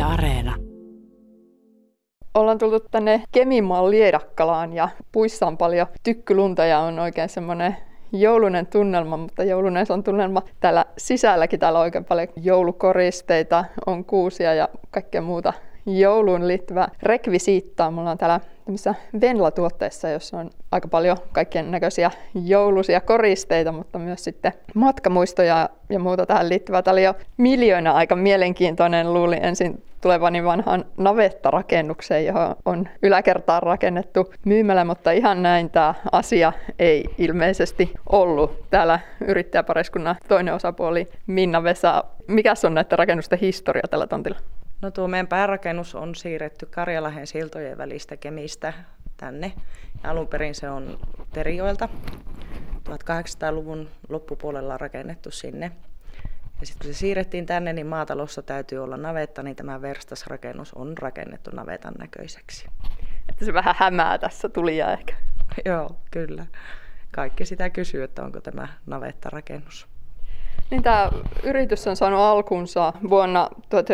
Areena. Ollaan tultu tänne Keminmaan Liedakkalaan ja puissa on paljon tykkylunta ja on oikein semmoinen joulunen tunnelma, mutta joulunen on tunnelma täällä sisälläkin. Täällä on oikein paljon joulukoristeita, on kuusia ja kaikkea muuta jouluun liittyvää rekvisiittaa. Mulla on täällä tämmöisissä Venla-tuotteissa, jossa on aika paljon kaikkien näköisiä jouluisia koristeita, mutta myös sitten matkamuistoja ja muuta tähän liittyvää. Tämä oli jo miljoona aika mielenkiintoinen. Luulin ensin tulevani vanhaan navettarakennukseen, johon on yläkertaan rakennettu myymälä, mutta ihan näin tämä asia ei ilmeisesti ollut. Täällä yrittäjäpariskunnan toinen osapuoli Minna-Vesa. Mikäs on näiden rakennusten historia tällä tontilla? No tuo meidän päärakennus on siirretty Karjalahden siltojen välistä Kemistä tänne. Ja alun perin se on Terijoelta. 1800-luvun loppupuolella rakennettu sinne. Ja sitten kun se siirrettiin tänne, niin maatalossa täytyy olla navetta, niin tämä verstasrakennus on rakennettu navetan näköiseksi. Että se vähän hämää tässä tulijaa ehkä. Joo, kyllä. Kaikki sitä kysyy, että onko tämä navettarakennus. Niin tämä yritys on saanut alkunsa vuonna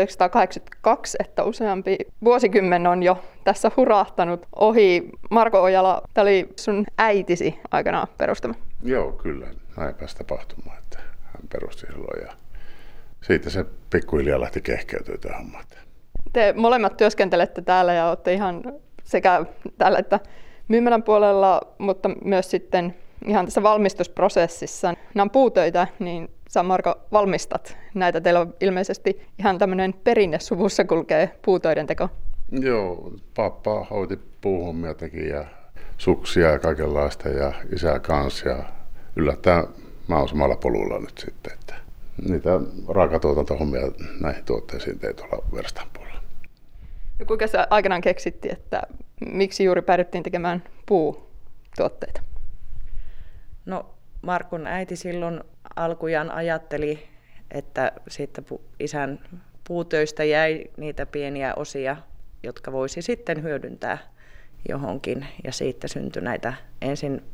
1982, että useampi vuosikymmen on jo tässä hurahtanut ohi. Marko Ojala, tämä oli sun äitisi aikanaan perustama. Joo, kyllä. Näin pääsi tapahtumaan, että hän perusti silloin ja siitä se pikkuhiljaa lähti kehkeytyä tämä homma. Te molemmat työskentelette täällä ja olette ihan sekä täällä että myymälän puolella, mutta myös sitten ihan tässä valmistusprosessissa. Nämä on puutöitä, niin sä Marko valmistat näitä. Teillä on ilmeisesti ihan tämmöinen perinne suvussa kulkee puutöiden teko. Joo, pappa hoiti puuhommia teki ja suksia ja kaikenlaista ja isä kanssa ja yllättäen mä oon samalla polulla nyt sitten, että niitä raakatuotantohommia näihin tuotteisiin tein tuolla verstaan puolella. No kuinka sä aikanaan keksittiin, että miksi juuri päädyttiin tekemään puutuotteita? No Markun äiti silloin alkujaan ajatteli, että siitä isän puutöistä jäi niitä pieniä osia, jotka voisi sitten hyödyntää johonkin. Ja siitä syntyi näitä ensin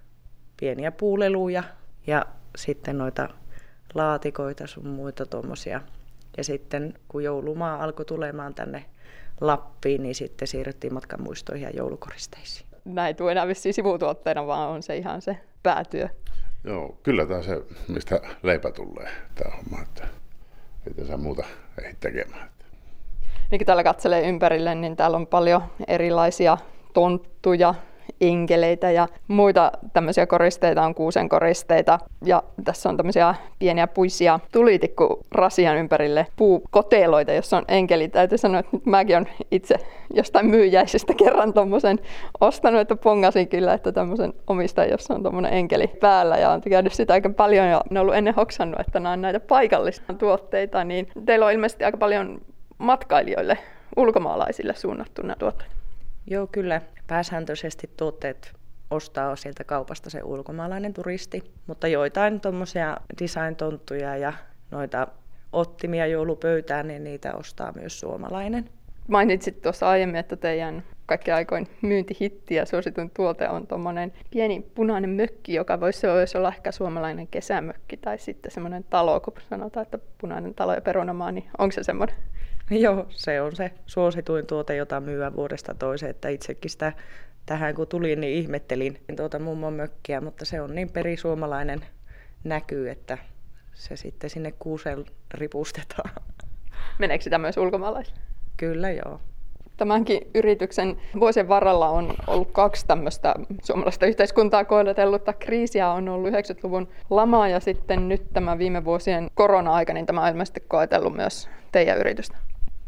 pieniä puuleluja ja sitten noita laatikoita sun muita tuommoisia. Ja sitten kun joulumaa alkoi tulemaan tänne Lappiin, niin sitten siirryttiin matkanmuistoihin ja joulukoristeisiin. Näin tuo enää vissiin sivutuotteena, vaan on se ihan se päätyö. Joo, kyllä tämä se, mistä leipä tulee, tämä homma, että ei tässä muuta ehdi tekemään. Niin kun täällä katselee ympärille, niin täällä on paljon erilaisia tonttuja, enkeleitä ja muita tämmöisiä koristeita, on kuusen koristeita. Ja tässä on tämmöisiä pieniä puisia tulitikkurasia ympärille, puukoteloita, jossa on enkeli. Täytyy sanoa, että nyt mäkin olen itse jostain myyjäisestä kerran tommosen ostanut, että pongasin kyllä, että tämmöisen omistajan, jossa on tommoinen enkeli päällä. Ja olen käynyt sitä aika paljon ja ne on ollut ennen hoksannut, että nämä on näitä paikallisia tuotteita. Niin teillä on ilmeisesti aika paljon matkailijoille, ulkomaalaisille suunnattu nämä tuotteet. Joo, kyllä. Pääsääntöisesti tuotteet ostaa sieltä kaupasta se ulkomaalainen turisti, mutta joitain tuommoisia design-tonttuja ja noita ottimia joulupöytään, niin niitä ostaa myös suomalainen. Mainitsit tuossa aiemmin, että teidän kaikkien aikoin myyntihitti ja suosituin tuote on tuommoinen pieni punainen mökki, joka voisi olla ehkä suomalainen kesämökki tai sitten semmoinen talo, kun sanotaan, että punainen talo ja perunamaa, niin onko se semmoinen? Joo, se on se suosituin tuote, jota myyä vuodesta toiseen, että itsekin sitä tähän kun tulin, niin ihmettelin tuota mummon mökkiä, mutta se on niin perisuomalainen näky, että se sitten sinne kuuseen ripustetaan. Meneekö sitä myös ulkomaalaisille? Kyllä joo. Tämänkin yrityksen vuosien varrella on ollut 2 tämmöistä suomalaista yhteiskuntaa kohdatellutta kriisiä. On ollut 90-luvun lama ja sitten nyt tämä viime vuosien korona-aika, niin tämä on ilmeisesti koetellut myös teidän yritystä.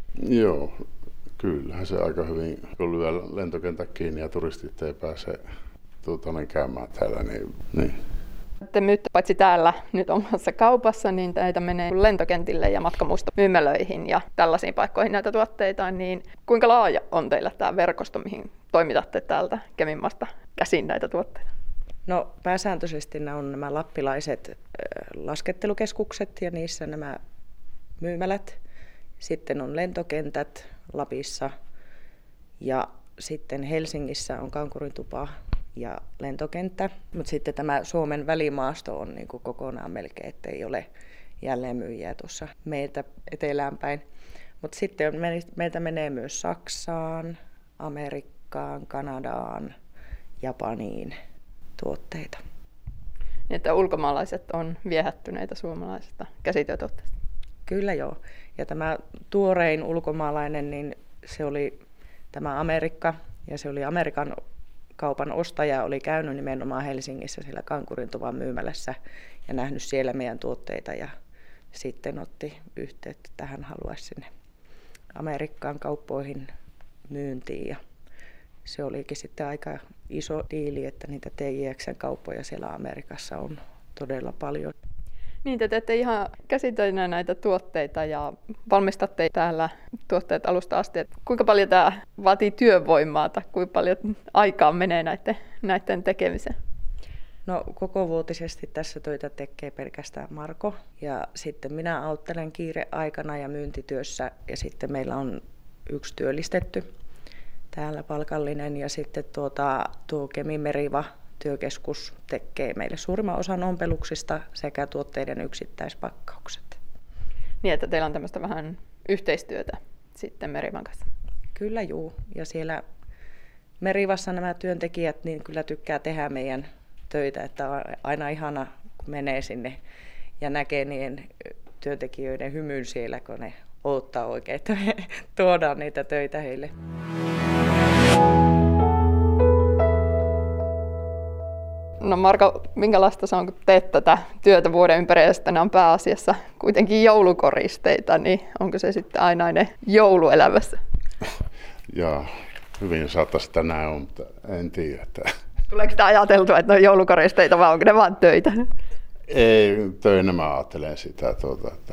Joo, kyllähän se aika hyvin, kun lyö lentokenttä kiinni ja turistit ei pääse käymään täällä, niin. Te myytte paitsi täällä nyt omassa kaupassa, niin näitä menee lentokentille ja matkamuistomyymälöihin ja tällaisiin paikkoihin näitä tuotteita. Niin kuinka laaja on teillä tämä verkosto, mihin toimitatte täältä Keminmaasta käsin näitä tuotteita? No pääsääntöisesti nämä on nämä lappilaiset laskettelukeskukset ja niissä nämä myymälät. Sitten on lentokentät Lapissa ja sitten Helsingissä on Kankurintupa ja lentokenttä. Mutta sitten tämä Suomen välimaasto on niin kuin kokonaan melkein, ettei ole jälleenmyyjiä tuossa meiltä etelään päin. Mutta sitten meiltä menee myös Saksaan, Amerikkaan, Kanadaan, Japaniin tuotteita. Niin, että ulkomaalaiset on viehättyneitä suomalaisesta käsityötuotteesta. Kyllä joo. Ja tämä tuorein ulkomaalainen, niin se oli tämä Amerikka, ja se oli Amerikan kaupan ostaja, oli käynyt nimenomaan Helsingissä siellä Kankurintuvan myymälässä ja nähnyt siellä meidän tuotteita ja sitten otti yhteyttä, että hän haluaisi sinne Amerikkaan kauppoihin myyntiin. Ja se olikin sitten aika iso diili, että niitä TJX:n kauppoja siellä Amerikassa on todella paljon. Niin, te teette ihan käsitöinä näitä tuotteita ja valmistatte täällä tuotteet alusta asti. Kuinka paljon tämä vaatii työvoimaa tai kuinka paljon aikaa menee näiden tekemiseen? No kokovuotisesti tässä töitä tekee pelkästään Marko ja sitten minä auttelen kiireaikana ja myyntityössä ja sitten meillä on yksi työllistetty täällä palkallinen ja sitten tuo Kemi Meriva työkeskus tekee meille suurimman osan ompeluksista sekä tuotteiden yksittäispakkaukset. Niin, että teillä on tämmöistä vähän yhteistyötä sitten Merivan kanssa. Kyllä juu. Ja siellä Merivassa nämä työntekijät niin kyllä tykkää tehdä meidän töitä, että on aina ihana, kun menee sinne ja näkee niiden työntekijöiden hymyn siellä, kun ne odottaa oikein, että me tuodaan niitä töitä heille. No Marko, minkälaista se on, kun teet tätä työtä vuoden ympäri ja sitten on pääasiassa kuitenkin joulukoristeita, niin onko se sitten ainainen joulu elämässä? Ja hyvin saattaisi tänään on, mutta en tiedä. Tuleeko sitä ajateltua, että ne on joulukoristeita vai onko ne vaan töitä? Ei, töinä mä ajattelen sitä, että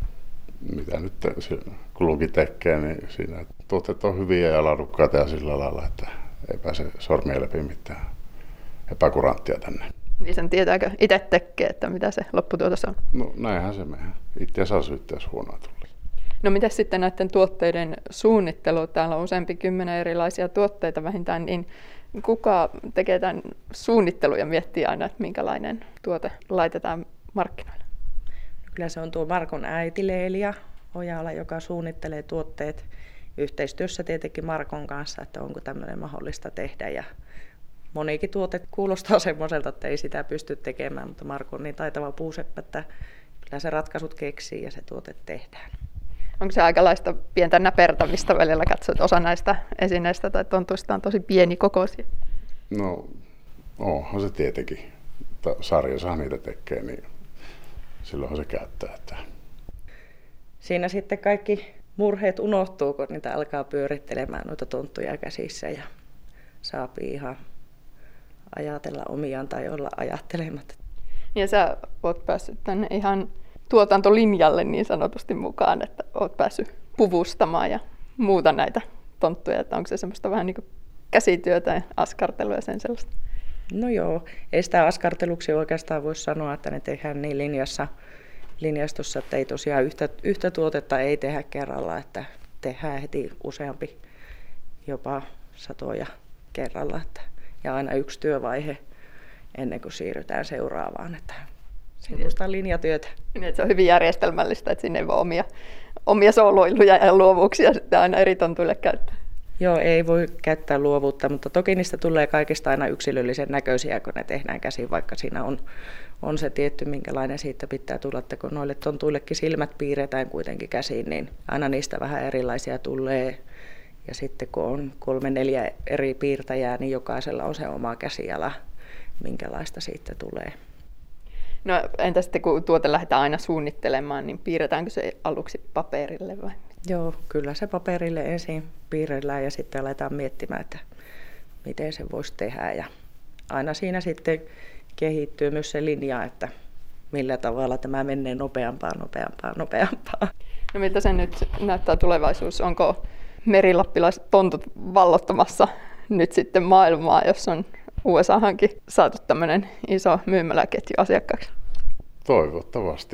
mitä nyt kulunkin tekee, niin siinä tuotteet on hyviä ja laadukkaita ja sillä lailla, että ei pääse sormia läpi mitään epäkuranttia tänne. Niin sen tietääkö itse tekee, että mitä se lopputuotos on? No näinhän se mehän. Itse saa syyttää, jos huonoa tuli. No miten sitten näiden tuotteiden suunnittelu? Täällä on useampi 10 erilaisia tuotteita vähintään, niin kuka tekee tämän suunnittelun ja miettii aina, että minkälainen tuote laitetaan markkinoille? Kyllä se on tuo Markon äiti Leelia Ojala, joka suunnittelee tuotteet yhteistyössä tietenkin Markon kanssa, että onko tämmöinen mahdollista tehdä. Ja monikin tuote kuulostaa semmoiselta, että ei sitä pysty tekemään, mutta Marko on niin taitava puuseppä, että kyllä se ratkaisut keksii ja se tuote tehdään. Onko se aikalaista pientä näpertämistä välillä katsoa, että osa näistä esineistä tai tontuista on tosi pieni kokoisia? No, onhan se tietenkin. Sarjassa niitä tekee, niin silloinhan se käyttää. Että Siinä sitten kaikki murheet unohtuu, kun niitä alkaa pyörittelemään noita tonttuja käsissä ja saapii ihan ajatella omiaan tai olla ajattelematta. Ja sä oot päässyt tänne ihan tuotantolinjalle niin sanotusti mukaan, että oot päässyt puvustamaan ja muuta näitä tonttuja. Että onko se semmoista vähän niin kuin käsityötä ja askartelua ja sen sellaista? No joo, ei sitä askarteluksi oikeastaan voi sanoa, että ne tehdään niin linjastossa, että ei tosiaan yhtä tuotetta ei tehdä kerralla, että tehdään heti useampi, jopa satoja kerralla. Ja aina yksi työvaihe ennen kuin siirrytään seuraavaan. Että semmoista linjatyötä. Niin, että se on hyvin järjestelmällistä, että sinne ei voi omia sooloiluja ja luovuuksia sitten aina eri tontuille käyttää. Joo, ei voi käyttää luovuutta, mutta toki niistä tulee kaikista aina yksilöllisen näköisiä, kun ne tehdään käsin, vaikka siinä on se tietty, minkälainen siitä pitää tulla, että kun noille tontuillekin silmät piirretään kuitenkin käsiin, niin aina niistä vähän erilaisia tulee. Ja sitten kun on 3-4 eri piirtäjää, niin jokaisella on se oma käsijala, minkälaista siitä tulee. No entä sitten kun tuote lähdetään aina suunnittelemaan, niin piirretäänkö se aluksi paperille vai? Joo, kyllä se paperille ensin piirrellään ja sitten aletaan miettimään, että miten se voisi tehdä. Ja aina siinä sitten kehittyy myös se linja, että millä tavalla tämä menee nopeampaa. No miltä se nyt näyttää tulevaisuus? Onko merilappilaiset tontut vallottamassa nyt sitten maailmaa, jos on USAhankin saatu tämmöinen iso myymäläketju asiakkaaksi? Toivottavasti.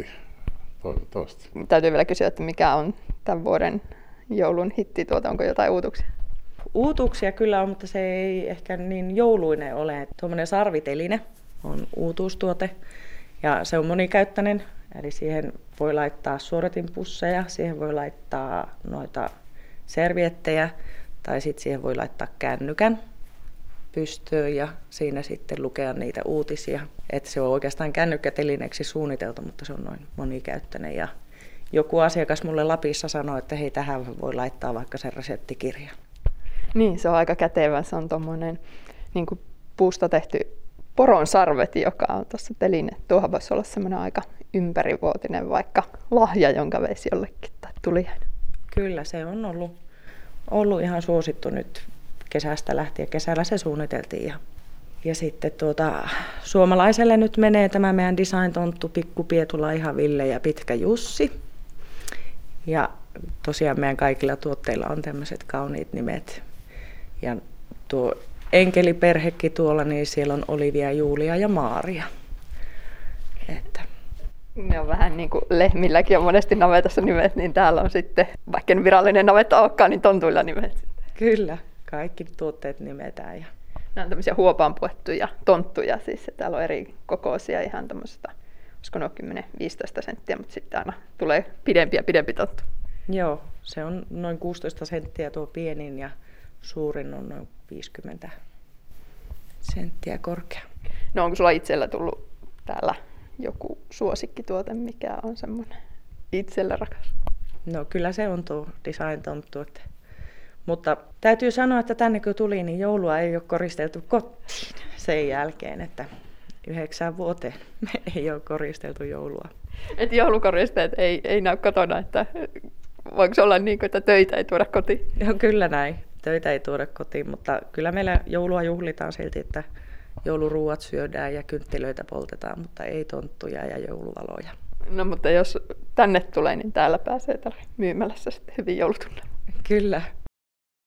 Täytyy vielä kysyä, että mikä on tämän vuoden joulun hittituote, onko jotain uutuksia? Uutuuksia kyllä on, mutta se ei ehkä niin jouluinen ole. Tuommoinen sarviteline on uutuustuote ja se on monikäyttöinen Eli siihen voi laittaa suodatinpusseja, siihen voi laittaa noita serviettejä tai sitten siihen voi laittaa kännykän pystyyn ja siinä sitten lukea niitä uutisia. Että se on oikeastaan kännykkätelineeksi suunniteltu, mutta se on noin monikäyttöinen. Ja joku asiakas mulle Lapissa sanoi, että hei, tähän voi laittaa vaikka sen reseptikirjan. Niin, se on aika kätevä. Se on tuommoinen niin kuin puusta tehty poron sarveti, joka on tuossa teline. Tuohan voisi olla semmoinen aika ympärivuotinen vaikka lahja, jonka veisi jollekin tai tulijainen. Kyllä, se on ollut ihan suosittu nyt kesästä lähtien. Kesällä se suunniteltiin. Ja sitten suomalaiselle nyt menee tämä meidän design-tonttu Pikku Pietula, Ihan Ville ja Pitkä Jussi. Ja tosiaan meidän kaikilla tuotteilla on tämmöiset kauniit nimet. Ja tuo enkeliperhekin tuolla, niin siellä on Olivia, Julia ja Maaria. Että. Ne on vähän niin kuin lehmilläkin on monesti navetassa nimet, niin täällä on sitten, vaikka en virallinen navetta olekaan, niin tontuilla nimet. Kyllä, kaikki tuotteet nimetään. Nämä on tämmöisiä huopaan puettuja tonttuja, siis täällä on eri kokoisia ihan tämmöistä, olisiko ne 10-15 senttiä, mutta sitten aina tulee pidempi tonttu. Joo, se on noin 16 senttiä tuo pienin ja suurin on noin 50 senttiä korkea. No onko sulla itsellä tullut täällä joku suosikkituote, mikä on semmoinen itselle rakas? No kyllä se on tuo design-tonttu. Mutta täytyy sanoa, että tänne kun tuli, niin joulua ei ole koristeltu kotiin sen jälkeen, että 9 vuoteen ei ole koristeltu joulua. Et joulukoristeet ei näy kotona, että voiko se olla niin, että töitä ei tuoda kotiin? Joo, kyllä näin. Töitä ei tuoda kotiin, mutta kyllä meillä joulua juhlitaan silti, että jouluruuat syödään ja kynttilöitä poltetaan, mutta ei tonttuja ja jouluvaloja. No mutta jos tänne tulee, niin täällä pääsee täällä myymälässä sitten hyvin joulutunnelmaan. Kyllä.